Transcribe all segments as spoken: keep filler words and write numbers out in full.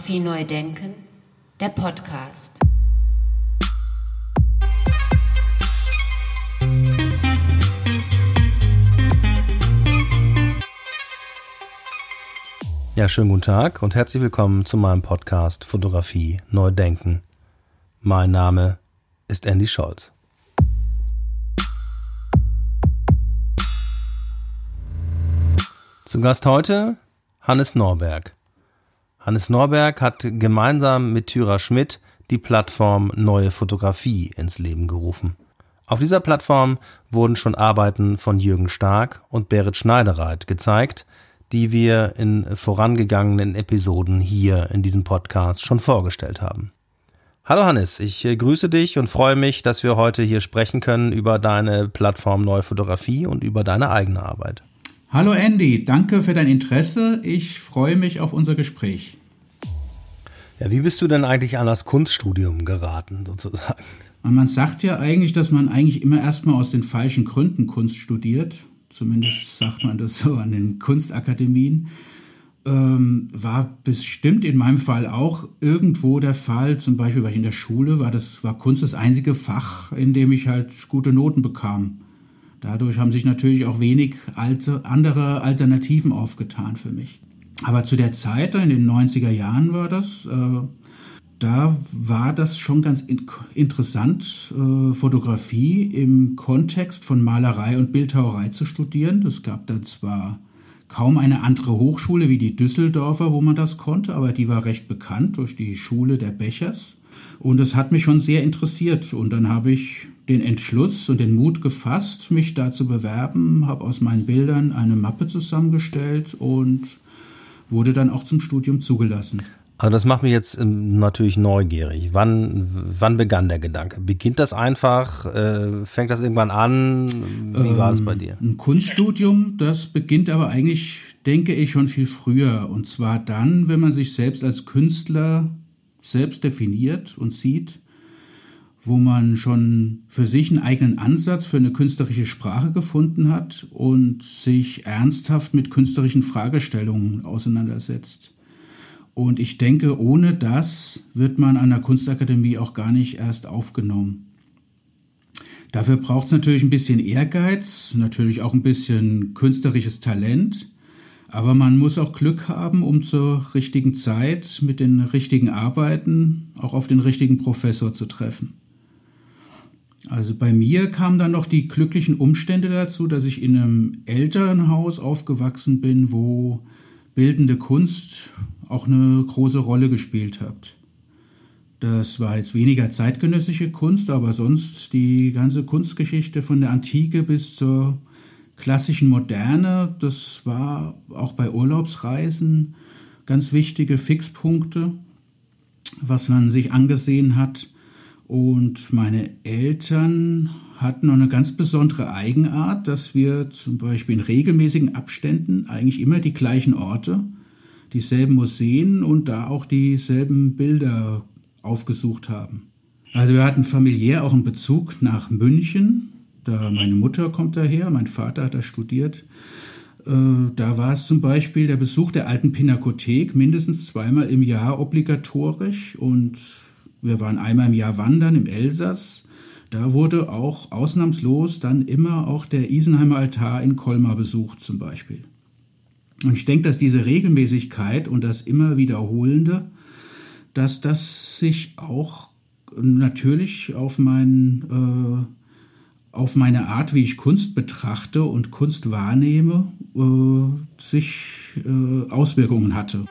Fotografie neu denken, der Podcast. Ja, schönen guten Tag und herzlich willkommen zu meinem Podcast Fotografie neu denken. Mein Name ist Andy Scholz. Zu Gast heute Hannes Norberg. Hannes Norberg hat gemeinsam mit Thyra Schmidt die Plattform Neue Fotografie ins Leben gerufen. Auf dieser Plattform wurden schon Arbeiten von Jürgen Stark und Berit Schneidereit gezeigt, die wir in vorangegangenen Episoden hier in diesem Podcast schon vorgestellt haben. Hallo Hannes, ich grüße dich und freue mich, dass wir heute hier sprechen können über deine Plattform Neue Fotografie und über deine eigene Arbeit. Hallo Andy, danke für dein Interesse. Ich freue mich auf unser Gespräch. Ja, wie bist du denn eigentlich an das Kunststudium geraten, sozusagen? Und man sagt ja eigentlich, dass man eigentlich immer erstmal aus den falschen Gründen Kunst studiert. Zumindest sagt man das so an den Kunstakademien. Ähm, war bestimmt in meinem Fall auch irgendwo der Fall. Zum Beispiel war ich in der Schule, war das war Kunst das einzige Fach, in dem ich halt gute Noten bekam. Dadurch haben sich natürlich auch wenig alte, andere Alternativen aufgetan für mich. Aber zu der Zeit, in den neunziger Jahren war das, äh, da war das schon ganz in- interessant, äh, Fotografie im Kontext von Malerei und Bildhauerei zu studieren. Es gab dann zwar kaum eine andere Hochschule wie die Düsseldorfer, wo man das konnte, aber die war recht bekannt durch die Schule der Bechers. Und das hat mich schon sehr interessiert. Und dann habe ich den Entschluss und den Mut gefasst, mich da zu bewerben, habe aus meinen Bildern eine Mappe zusammengestellt und wurde dann auch zum Studium zugelassen. Also das macht mich jetzt ähm, natürlich neugierig. Wann, wann begann der Gedanke? Beginnt das einfach? Äh, fängt das irgendwann an? Wie ähm, war das bei dir? Ein Kunststudium, das beginnt aber eigentlich, denke ich, schon viel früher. Und zwar dann, wenn man sich selbst als Künstler selbst definiert und sieht, wo man schon für sich einen eigenen Ansatz für eine künstlerische Sprache gefunden hat und sich ernsthaft mit künstlerischen Fragestellungen auseinandersetzt. Und ich denke, ohne das wird man an der Kunstakademie auch gar nicht erst aufgenommen. Dafür braucht es natürlich ein bisschen Ehrgeiz, natürlich auch ein bisschen künstlerisches Talent, aber man muss auch Glück haben, um zur richtigen Zeit mit den richtigen Arbeiten auch auf den richtigen Professor zu treffen. Also bei mir kamen dann noch die glücklichen Umstände dazu, dass ich in einem Elternhaus aufgewachsen bin, wo bildende Kunst auch eine große Rolle gespielt hat. Das war jetzt weniger zeitgenössische Kunst, aber sonst die ganze Kunstgeschichte von der Antike bis zur klassischen Moderne, das war auch bei Urlaubsreisen ganz wichtige Fixpunkte, was man sich angesehen hat. Und meine Eltern hatten noch eine ganz besondere Eigenart, dass wir zum Beispiel in regelmäßigen Abständen eigentlich immer die gleichen Orte, dieselben Museen und da auch dieselben Bilder aufgesucht haben. Also wir hatten familiär auch einen Bezug nach München. Da meine Mutter kommt daher, mein Vater hat da studiert. Da war es zum Beispiel der Besuch der alten Pinakothek mindestens zweimal im Jahr obligatorisch und wir waren einmal im Jahr wandern im Elsass. Da wurde auch ausnahmslos dann immer auch der Isenheimer Altar in Colmar besucht zum Beispiel. Und ich denke, dass diese Regelmäßigkeit und das immer Wiederholende, dass das sich auch natürlich auf mein, äh, auf meine Art, wie ich Kunst betrachte und Kunst wahrnehme, äh, sich äh, Auswirkungen hatte.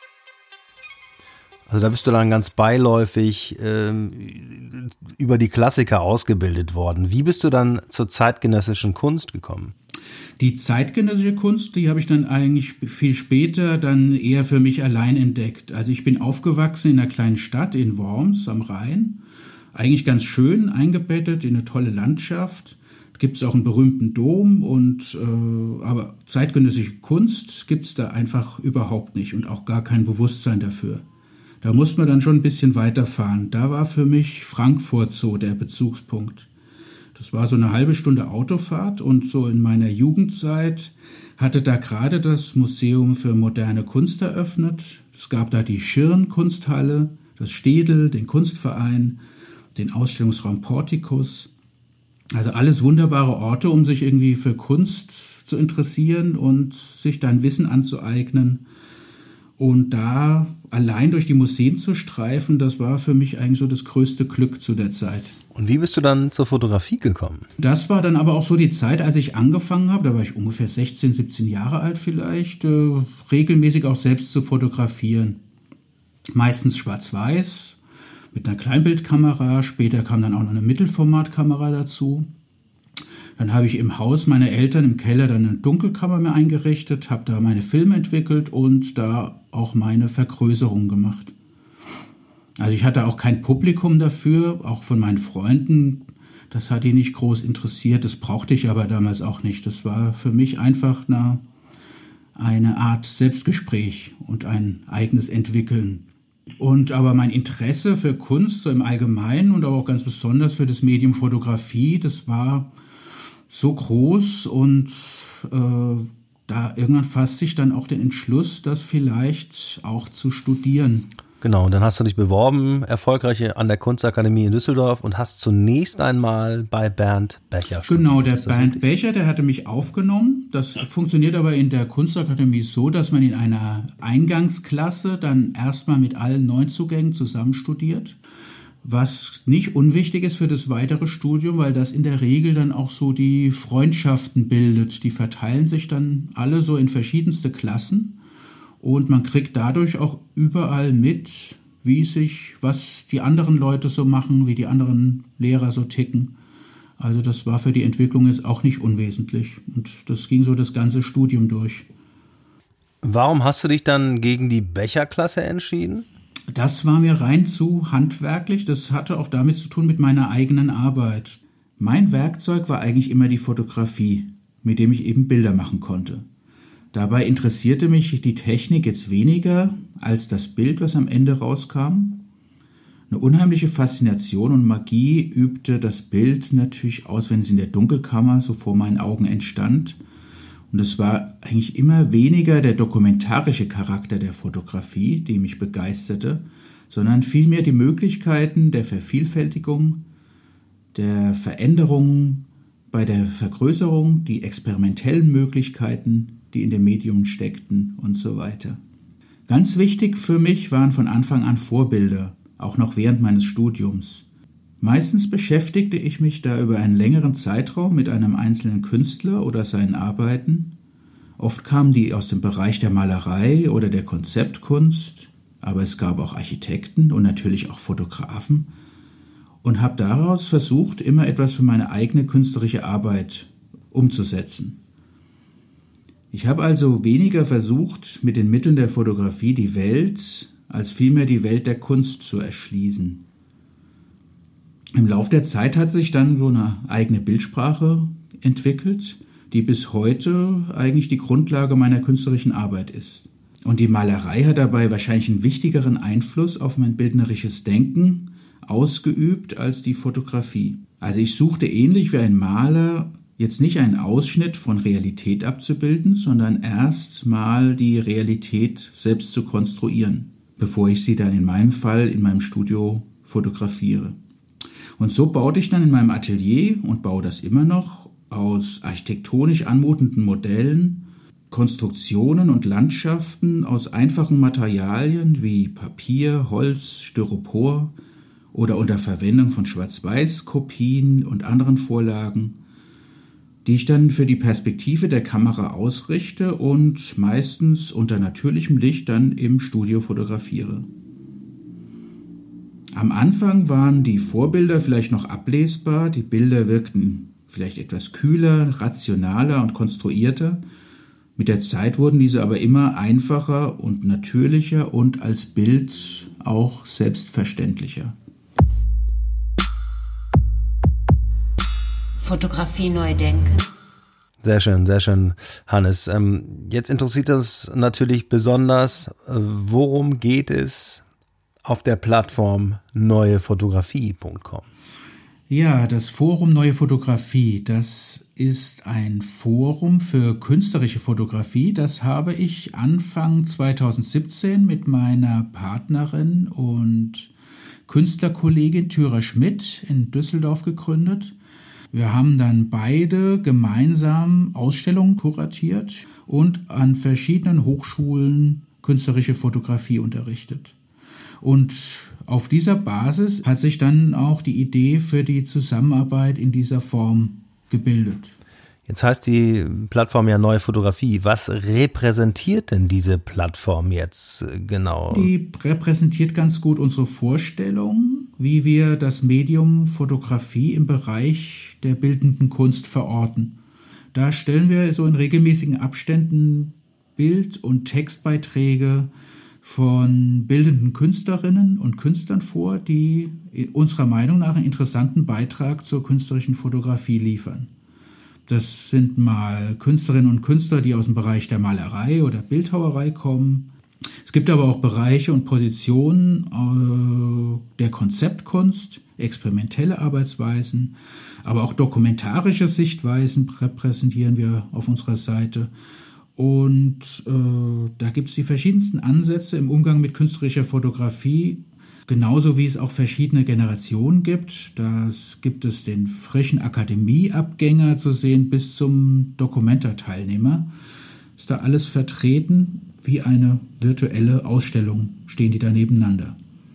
Also da bist du dann ganz beiläufig ähm, über die Klassiker ausgebildet worden. Wie bist du dann zur zeitgenössischen Kunst gekommen? Die zeitgenössische Kunst, die habe ich dann eigentlich viel später dann eher für mich allein entdeckt. Also ich bin aufgewachsen in einer kleinen Stadt in Worms am Rhein. Eigentlich ganz schön eingebettet in eine tolle Landschaft. Da gibt es auch einen berühmten Dom, und äh, aber zeitgenössische Kunst gibt es da einfach überhaupt nicht und auch gar kein Bewusstsein dafür. Da musste man dann schon ein bisschen weiterfahren. Da war für mich Frankfurt so der Bezugspunkt. Das war so eine halbe Stunde Autofahrt und so in meiner Jugendzeit hatte da gerade das Museum für moderne Kunst eröffnet. Es gab da die Schirn Kunsthalle, das Städel, den Kunstverein, den Ausstellungsraum Portikus. Also alles wunderbare Orte, um sich irgendwie für Kunst zu interessieren und sich dann Wissen anzueignen. Und da allein durch die Museen zu streifen, das war für mich eigentlich so das größte Glück zu der Zeit. Und wie bist du dann zur Fotografie gekommen? Das war dann aber auch so die Zeit, als ich angefangen habe, da war ich ungefähr sechzehn, siebzehn Jahre alt vielleicht, äh, regelmäßig auch selbst zu fotografieren. Meistens schwarz-weiß, mit einer Kleinbildkamera, später kam dann auch noch eine Mittelformatkamera dazu. Dann habe ich im Haus meiner Eltern im Keller dann eine Dunkelkammer mir eingerichtet, habe da meine Filme entwickelt und da auch meine Vergrößerung gemacht. Also ich hatte auch kein Publikum dafür, auch von meinen Freunden. Das hat die nicht groß interessiert, das brauchte ich aber damals auch nicht. Das war für mich einfach eine, eine Art Selbstgespräch und ein eigenes Entwickeln. Und aber mein Interesse für Kunst so im Allgemeinen und aber auch ganz besonders für das Medium Fotografie, das war so groß und äh, da irgendwann fasste ich dann auch den Entschluss, das vielleicht auch zu studieren. Genau, und dann hast du dich beworben, erfolgreich an der Kunstakademie in Düsseldorf und hast zunächst einmal bei Bernd Becher studiert. Genau, der Bernd Becher, der hatte mich aufgenommen. Das funktioniert aber in der Kunstakademie so, dass man in einer Eingangsklasse dann erstmal mit allen Neuzugängen zusammen studiert. Was nicht unwichtig ist für das weitere Studium, weil das in der Regel dann auch so die Freundschaften bildet. Die verteilen sich dann alle so in verschiedenste Klassen. Und man kriegt dadurch auch überall mit, wie sich, was die anderen Leute so machen, wie die anderen Lehrer so ticken. Also das war für die Entwicklung jetzt auch nicht unwesentlich. Und das ging so das ganze Studium durch. Warum hast du dich dann gegen die Becher-Klasse entschieden? Das war mir rein zu handwerklich. Das hatte auch damit zu tun mit meiner eigenen Arbeit. Mein Werkzeug war eigentlich immer die Fotografie, mit dem ich eben Bilder machen konnte. Dabei interessierte mich die Technik jetzt weniger als das Bild, was am Ende rauskam. Eine unheimliche Faszination und Magie übte das Bild natürlich aus, wenn es in der Dunkelkammer so vor meinen Augen entstand. Und es war eigentlich immer weniger der dokumentarische Charakter der Fotografie, die mich begeisterte, sondern vielmehr die Möglichkeiten der Vervielfältigung, der Veränderung bei der Vergrößerung, die experimentellen Möglichkeiten, die in dem Medium steckten und so weiter. Ganz wichtig für mich waren von Anfang an Vorbilder, auch noch während meines Studiums. Meistens beschäftigte ich mich da über einen längeren Zeitraum mit einem einzelnen Künstler oder seinen Arbeiten. Oft kamen die aus dem Bereich der Malerei oder der Konzeptkunst, aber es gab auch Architekten und natürlich auch Fotografen und habe daraus versucht, immer etwas für meine eigene künstlerische Arbeit umzusetzen. Ich habe also weniger versucht, mit den Mitteln der Fotografie die Welt, als vielmehr die Welt der Kunst zu erschließen. Im Lauf der Zeit hat sich dann so eine eigene Bildsprache entwickelt, die bis heute eigentlich die Grundlage meiner künstlerischen Arbeit ist. Und die Malerei hat dabei wahrscheinlich einen wichtigeren Einfluss auf mein bildnerisches Denken ausgeübt als die Fotografie. Also ich suchte ähnlich wie ein Maler jetzt nicht einen Ausschnitt von Realität abzubilden, sondern erst mal die Realität selbst zu konstruieren, bevor ich sie dann in meinem Fall in meinem Studio fotografiere. Und so baute ich dann in meinem Atelier und baue das immer noch aus architektonisch anmutenden Modellen, Konstruktionen und Landschaften aus einfachen Materialien wie Papier, Holz, Styropor oder unter Verwendung von Schwarz-Weiß-Kopien und anderen Vorlagen, die ich dann für die Perspektive der Kamera ausrichte und meistens unter natürlichem Licht dann im Studio fotografiere. Am Anfang waren die Vorbilder vielleicht noch ablesbar, die Bilder wirkten vielleicht etwas kühler, rationaler und konstruierter. Mit der Zeit wurden diese aber immer einfacher und natürlicher und als Bild auch selbstverständlicher. Fotografie neu denken. Sehr schön, sehr schön, Hannes. Ähm, jetzt interessiert uns natürlich besonders, äh, worum geht es auf der Plattform neue fotografie punkt com? Ja, das Forum Neue Fotografie, das ist ein Forum für künstlerische Fotografie. Das habe ich Anfang zweitausendsiebzehn mit meiner Partnerin und Künstlerkollegin Thyra Schmidt in Düsseldorf gegründet. Wir haben dann beide gemeinsam Ausstellungen kuratiert und an verschiedenen Hochschulen künstlerische Fotografie unterrichtet. Und auf dieser Basis hat sich dann auch die Idee für die Zusammenarbeit in dieser Form gebildet. Jetzt heißt die Plattform ja Neue Fotografie. Was repräsentiert denn diese Plattform jetzt genau? Die repräsentiert ganz gut unsere Vorstellung, wie wir das Medium Fotografie im Bereich der bildenden Kunst verorten. Da stellen wir so in regelmäßigen Abständen Bild- und Textbeiträge von bildenden Künstlerinnen und Künstlern vor, die unserer Meinung nach einen interessanten Beitrag zur künstlerischen Fotografie liefern. Das sind mal Künstlerinnen und Künstler, die aus dem Bereich der Malerei oder Bildhauerei kommen. Es gibt aber auch Bereiche und Positionen äh, der Konzeptkunst, experimentelle Arbeitsweisen, aber auch dokumentarische Sichtweisen repräsentieren wir auf unserer Seite. Und äh, da gibt es die verschiedensten Ansätze im Umgang mit künstlerischer Fotografie, genauso wie es auch verschiedene Generationen gibt. Da gibt es den frischen Akademieabgänger zu sehen bis zum Documenta-Teilnehmer. Ist da alles vertreten, wie eine virtuelle Ausstellung stehen die da nebeneinander.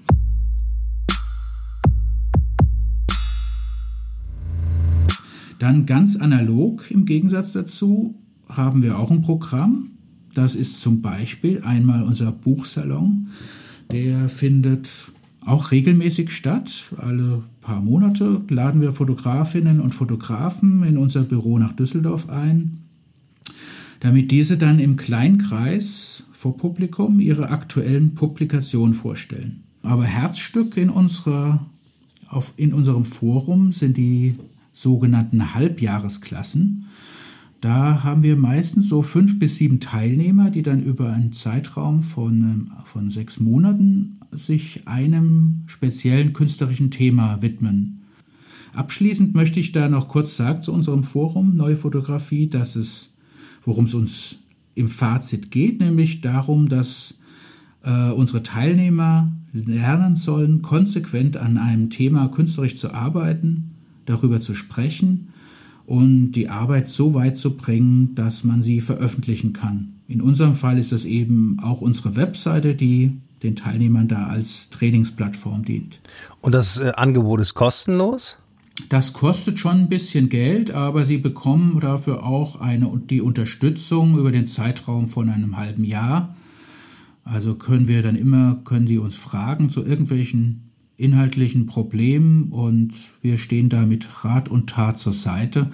Dann ganz analog im Gegensatz dazu haben wir auch ein Programm. Das ist zum Beispiel einmal unser Buchsalon. Der findet auch regelmäßig statt. Alle paar Monate laden wir Fotografinnen und Fotografen in unser Büro nach Düsseldorf ein, damit diese dann im Kleinkreis vor Publikum ihre aktuellen Publikationen vorstellen. Aber Herzstück in, unserer, auf, in unserem Forum sind die sogenannten Halbjahresklassen. Da haben wir meistens so fünf bis sieben Teilnehmer, die dann über einen Zeitraum von, von sechs Monaten sich einem speziellen künstlerischen Thema widmen. Abschließend möchte ich da noch kurz sagen zu unserem Forum Neue Fotografie, dass es, worum es uns im Fazit geht, nämlich darum, dass äh, unsere Teilnehmer lernen sollen, konsequent an einem Thema künstlerisch zu arbeiten, darüber zu sprechen und die Arbeit so weit zu bringen, dass man sie veröffentlichen kann. In unserem Fall ist das eben auch unsere Webseite, die den Teilnehmern da als Trainingsplattform dient. Und das äh, Angebot ist kostenlos? Das kostet schon ein bisschen Geld, aber Sie bekommen dafür auch eine, die Unterstützung über den Zeitraum von einem halben Jahr. Also können wir dann immer, können Sie uns fragen zu irgendwelchen inhaltlichen Problemen und wir stehen da mit Rat und Tat zur Seite.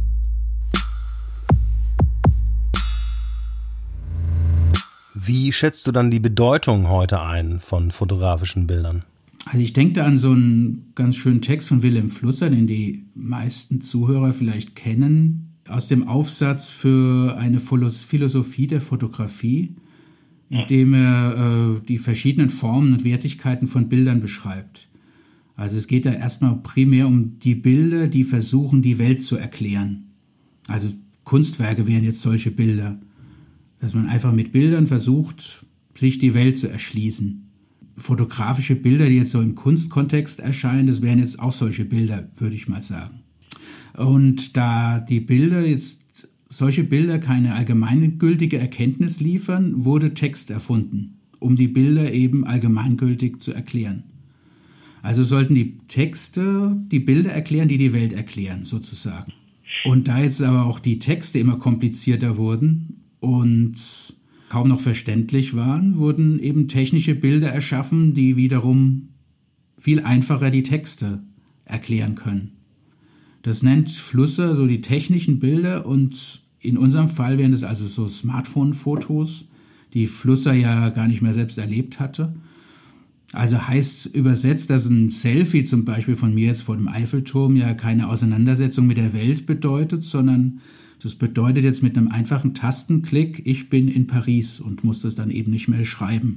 Wie schätzt du dann die Bedeutung heute ein von fotografischen Bildern? Also ich denke da an so einen ganz schönen Text von Wilhelm Flusser, den die meisten Zuhörer vielleicht kennen, aus dem Aufsatz für eine Philosophie der Fotografie, in dem er äh, die verschiedenen Formen und Wertigkeiten von Bildern beschreibt. Also es geht da erstmal primär um die Bilder, die versuchen, die Welt zu erklären. Also Kunstwerke wären jetzt solche Bilder, dass man einfach mit Bildern versucht, sich die Welt zu erschließen. Fotografische Bilder, die jetzt so im Kunstkontext erscheinen, das wären jetzt auch solche Bilder, würde ich mal sagen. Und da die Bilder jetzt solche Bilder keine allgemeingültige Erkenntnis liefern, wurde Text erfunden, um die Bilder eben allgemeingültig zu erklären. Also sollten die Texte die Bilder erklären, die die Welt erklären, sozusagen. Und da jetzt aber auch die Texte immer komplizierter wurden und kaum noch verständlich waren, wurden eben technische Bilder erschaffen, die wiederum viel einfacher die Texte erklären können. Das nennt Flusser so die technischen Bilder und in unserem Fall wären das also so Smartphone-Fotos, die Flusser ja gar nicht mehr selbst erlebt hatte. Also heißt übersetzt, dass ein Selfie zum Beispiel von mir jetzt vor dem Eiffelturm ja keine Auseinandersetzung mit der Welt bedeutet, sondern das bedeutet jetzt mit einem einfachen Tastenklick, ich bin in Paris und muss das dann eben nicht mehr schreiben.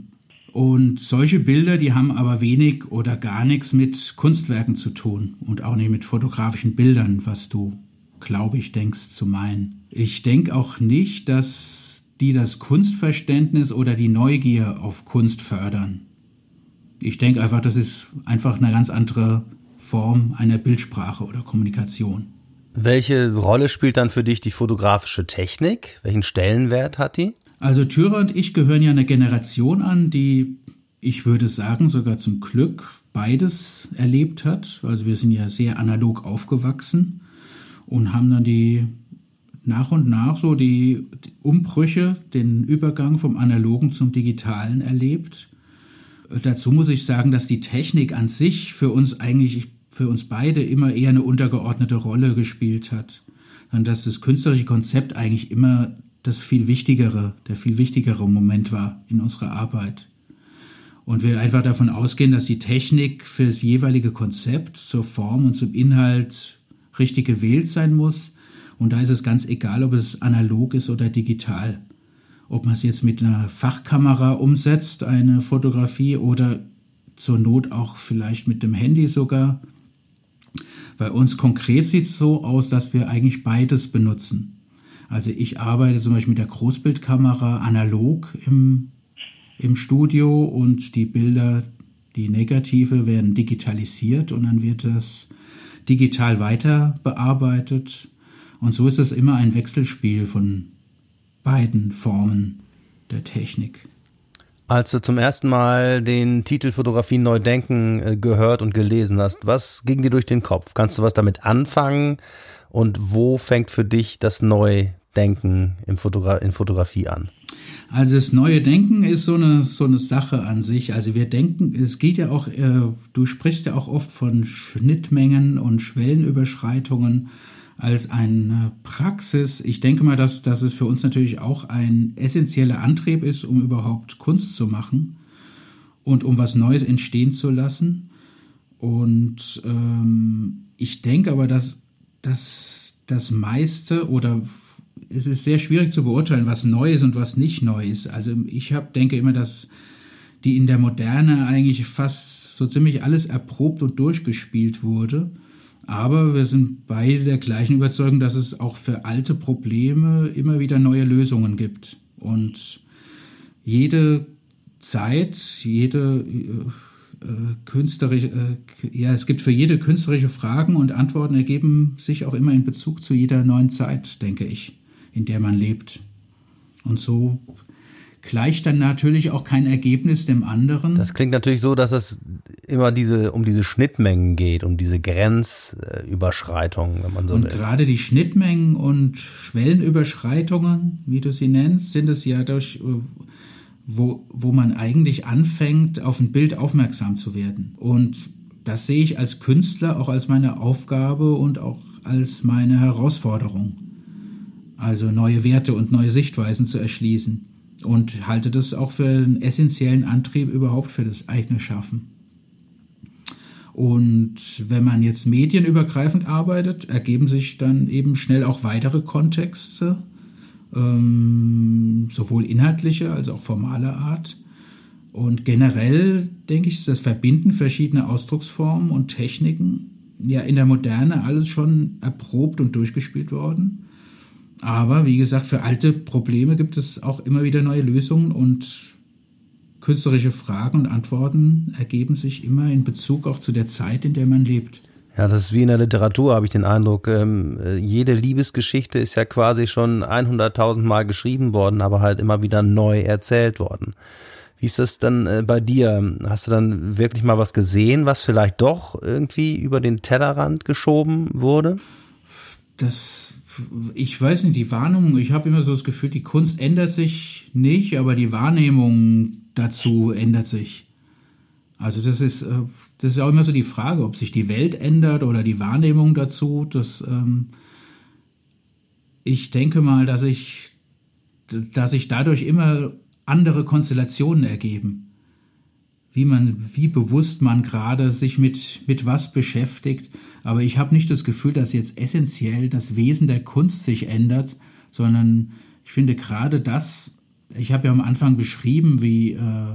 Und solche Bilder, die haben aber wenig oder gar nichts mit Kunstwerken zu tun und auch nicht mit fotografischen Bildern, was du, glaube ich, denkst zu meinen. Ich denke auch nicht, dass die das Kunstverständnis oder die Neugier auf Kunst fördern. Ich denke einfach, das ist einfach eine ganz andere Form einer Bildsprache oder Kommunikation. Welche Rolle spielt dann für dich die fotografische Technik? Welchen Stellenwert hat die? Also Thürer und ich gehören ja einer Generation an, die, ich würde sagen, sogar zum Glück beides erlebt hat. Also wir sind ja sehr analog aufgewachsen und haben dann die nach und nach so die Umbrüche, den Übergang vom Analogen zum Digitalen erlebt. Dazu muss ich sagen, dass die Technik an sich für uns eigentlich, für uns beide immer eher eine untergeordnete Rolle gespielt hat. Und dass das künstlerische Konzept eigentlich immer das viel wichtigere, der viel wichtigere Moment war in unserer Arbeit. Und wir einfach davon ausgehen, dass die Technik für das jeweilige Konzept zur Form und zum Inhalt richtig gewählt sein muss. Und da ist es ganz egal, ob es analog ist oder digital. Ob man es jetzt mit einer Fachkamera umsetzt, eine Fotografie, oder zur Not auch vielleicht mit dem Handy sogar. Bei uns konkret sieht es so aus, dass wir eigentlich beides benutzen. Also ich arbeite zum Beispiel mit der Großbildkamera analog im, im Studio und die Bilder, die Negative, werden digitalisiert und dann wird das digital weiter bearbeitet. Und so ist es immer ein Wechselspiel von beiden Formen der Technik. Als du zum ersten Mal den Titel Fotografie neu denken gehört und gelesen hast, was ging dir durch den Kopf? Kannst du was damit anfangen? Und wo fängt für dich das Neudenken in, Fotogra- in Fotografie an? Also das neue Denken ist so eine, so eine Sache an sich. Also wir denken, es geht ja auch, äh, du sprichst ja auch oft von Schnittmengen und Schwellenüberschreitungen als eine Praxis. Ich denke mal, dass, dass es für uns natürlich auch ein essentieller Antrieb ist, um überhaupt Kunst zu machen und um was Neues entstehen zu lassen. Und ähm, ich denke aber, dass, dass das meiste, oder es ist sehr schwierig zu beurteilen, was neu ist und was nicht neu ist. Also ich hab, denke immer, dass die in der Moderne eigentlich fast so ziemlich alles erprobt und durchgespielt wurde. Aber wir sind beide der gleichen Überzeugung, dass es auch für alte Probleme immer wieder neue Lösungen gibt. Und jede Zeit, jede äh, künstlerische, äh, ja, es gibt für jede künstlerische Fragen und Antworten ergeben sich auch immer in Bezug zu jeder neuen Zeit, denke ich, in der man lebt. Und so gleicht dann natürlich auch kein Ergebnis dem anderen. Das klingt natürlich so, dass es immer diese um diese Schnittmengen geht, um diese Grenzüberschreitungen, wenn man so will. Und gerade die Schnittmengen und Schwellenüberschreitungen, wie du sie nennst, sind es ja durch, wo, wo man eigentlich anfängt, auf ein Bild aufmerksam zu werden. Und das sehe ich als Künstler auch als meine Aufgabe und auch als meine Herausforderung. Also neue Werte und neue Sichtweisen zu erschließen. Und halte das auch für einen essentiellen Antrieb überhaupt für das eigene Schaffen. Und wenn man jetzt medienübergreifend arbeitet, ergeben sich dann eben schnell auch weitere Kontexte, ähm, sowohl inhaltliche als auch formaler Art. Und generell, denke ich, ist das Verbinden verschiedener Ausdrucksformen und Techniken ja in der Moderne alles schon erprobt und durchgespielt worden. Aber wie gesagt, für alte Probleme gibt es auch immer wieder neue Lösungen und künstlerische Fragen und Antworten ergeben sich immer in Bezug auch zu der Zeit, in der man lebt. Ja, das ist wie in der Literatur, habe ich den Eindruck. Ähm, jede Liebesgeschichte ist ja quasi schon hunderttausend Mal geschrieben worden, aber halt immer wieder neu erzählt worden. Wie ist das dann äh, bei dir? Hast du dann wirklich mal was gesehen, was vielleicht doch irgendwie über den Tellerrand geschoben wurde? Das, ich weiß nicht, die Wahrnehmung, ich habe immer so das Gefühl, die Kunst ändert sich nicht, aber die Wahrnehmung dazu ändert sich. Also das ist, das ist auch immer so die Frage, ob sich die Welt ändert oder die Wahrnehmung dazu. Das, ähm, ich denke mal, dass ich, dass sich dadurch immer andere Konstellationen ergeben. Wie man, wie bewusst man gerade sich mit, mit was beschäftigt. Aber ich habe nicht das Gefühl, dass jetzt essentiell das Wesen der Kunst sich ändert, sondern ich finde gerade das, ich habe ja am Anfang beschrieben, wie, äh,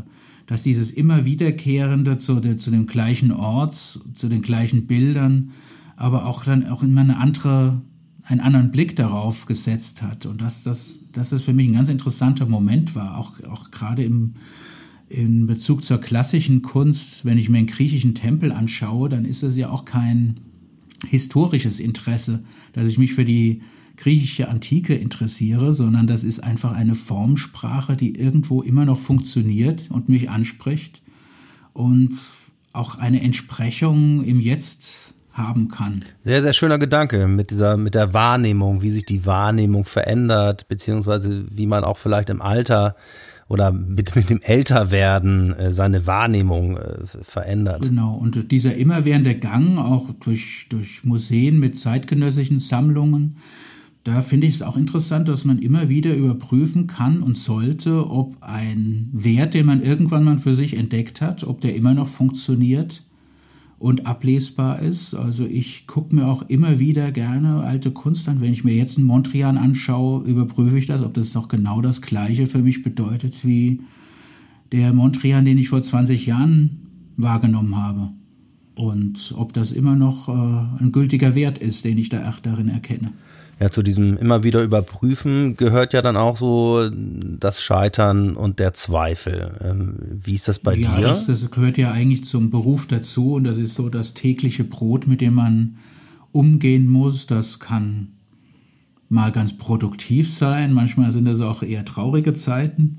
dass dieses immer wiederkehrende zu, de, zu dem gleichen Ort, zu den gleichen Bildern, aber auch dann auch immer eine andere, einen anderen Blick darauf gesetzt hat. Und dass das, dass das für mich ein ganz interessanter Moment war, auch, auch gerade im, in Bezug zur klassischen Kunst. Wenn ich mir einen griechischen Tempel anschaue, dann ist das ja auch kein historisches Interesse, dass ich mich für die griechische Antike interessiere, sondern das ist einfach eine Formsprache, die irgendwo immer noch funktioniert und mich anspricht und auch eine Entsprechung im Jetzt haben kann. Sehr, sehr schöner Gedanke mit dieser, mit der Wahrnehmung, wie sich die Wahrnehmung verändert, beziehungsweise wie man auch vielleicht im Alter oder mit, mit dem Älterwerden äh, seine Wahrnehmung äh, verändert. Genau, und dieser immerwährende Gang auch durch, durch Museen mit zeitgenössischen Sammlungen, da finde ich es auch interessant, dass man immer wieder überprüfen kann und sollte, ob ein Wert, den man irgendwann mal für sich entdeckt hat, ob der immer noch funktioniert und ablesbar ist. Also ich gucke mir auch immer wieder gerne alte Kunst an. Wenn ich mir jetzt einen Mondrian anschaue, überprüfe ich das, ob das noch genau das Gleiche für mich bedeutet wie der Mondrian, den ich vor zwanzig Jahren wahrgenommen habe. Und ob das immer noch äh, ein gültiger Wert ist, den ich da darin erkenne. Ja, zu diesem immer wieder Überprüfen gehört ja dann auch so das Scheitern und der Zweifel. Ähm, wie ist das bei ja, dir? Ja, das, das gehört ja eigentlich zum Beruf dazu und das ist so das tägliche Brot, mit dem man umgehen muss. Das kann mal ganz produktiv sein, manchmal sind das auch eher traurige Zeiten.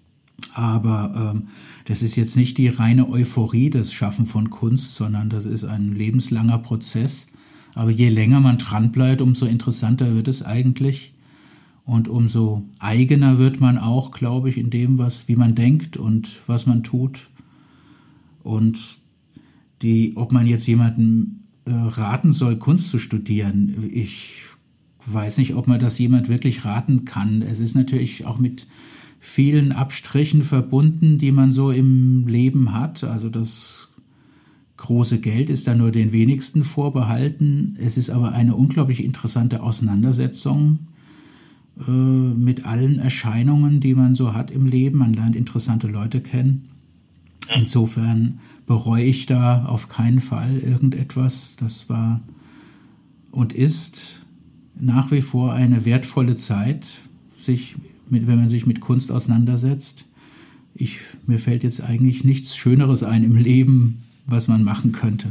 Aber ähm, das ist jetzt nicht die reine Euphorie, das Schaffen von Kunst, sondern das ist ein lebenslanger Prozess. Aber je länger man dranbleibt, umso interessanter wird es eigentlich und umso eigener wird man auch, glaube ich, in dem, was, wie man denkt und was man tut. Und die, ob man jetzt jemandem äh, raten soll, Kunst zu studieren, ich weiß nicht, ob man das jemand wirklich raten kann. Es ist natürlich auch mit vielen Abstrichen verbunden, die man so im Leben hat. Also das große Geld ist da nur den wenigsten vorbehalten. Es ist aber eine unglaublich interessante Auseinandersetzung äh, mit allen Erscheinungen, die man so hat im Leben. Man lernt interessante Leute kennen. Insofern bereue ich da auf keinen Fall irgendetwas. Das war und ist nach wie vor eine wertvolle Zeit, sich mit, wenn man sich mit Kunst auseinandersetzt. Ich, mir fällt jetzt eigentlich nichts Schöneres ein im Leben, was man machen könnte.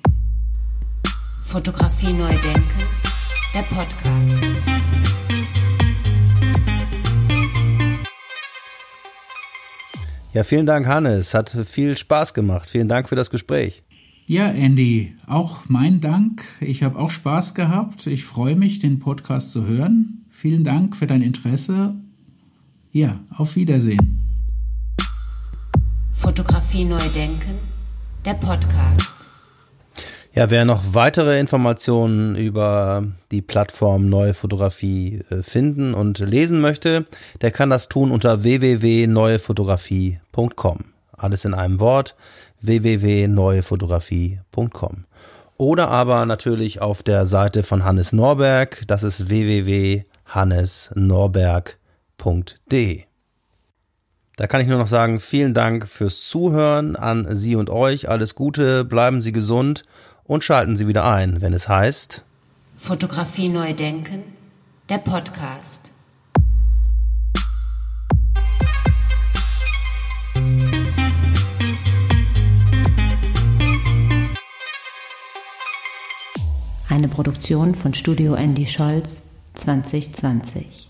Fotografie neu denken, der Podcast. Ja, vielen Dank, Hannes. Hat viel Spaß gemacht. Vielen Dank für das Gespräch. Ja, Andy, auch mein Dank. Ich habe auch Spaß gehabt. Ich freue mich, den Podcast zu hören. Vielen Dank für dein Interesse. Ja, auf Wiedersehen. Fotografie neu denken, der Podcast. Ja, wer noch weitere Informationen über die Plattform Neue Fotografie finden und lesen möchte, der kann das tun unter w w w punkt neue fotografie punkt com. Alles in einem Wort, w w w punkt neue fotografie punkt com. Oder aber natürlich auf der Seite von Hannes Norberg, das ist w w w punkt hannes norberg punkt d e. Da kann ich nur noch sagen, vielen Dank fürs Zuhören an Sie und euch. Alles Gute, bleiben Sie gesund und schalten Sie wieder ein, wenn es heißt Fotografie neu denken, der Podcast. Eine Produktion von Studio Andy Scholz zwanzig zwanzig.